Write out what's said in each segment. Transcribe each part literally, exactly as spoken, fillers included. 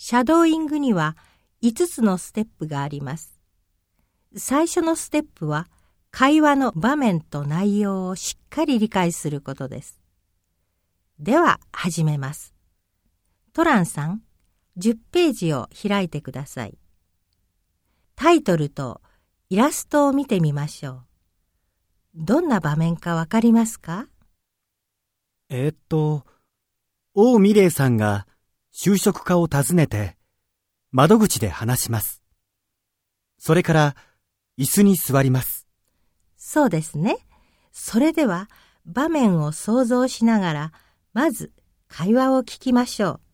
シャドーイングにはいつつのステップがあります。最初のステップは会話の場面と内容をしっかり理解することです。では始めます。トランさん、じゅっページを開いてください。タイトルとイラストを見てみましょう。どんな場面かわかりますか？ えーっと、王美玲さんが就職課を訪ねて窓口で話します。それから椅子に座ります。 そうですね。それでは場面を想像しながら、まず会話を聞きましょう。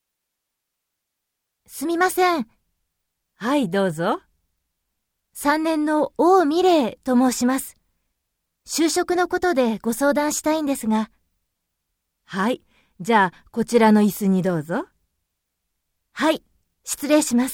すみません。 はい、どうぞ。 さんねんの王美玲と申します。就職のことでご相談したいんですが。 はい、じゃあこちらの椅子にどうぞ。 はい、失礼します。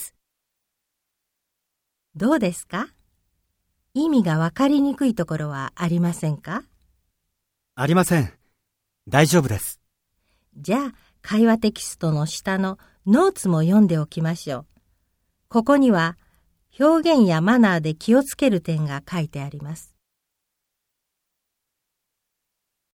どうですか？意味がわかりにくいところはありませんか？ ありません。大丈夫です。 じゃあ、会話テキストの下のノーツも読んでおきましょう。ここには表現やマナーで気をつける点が書いてあります。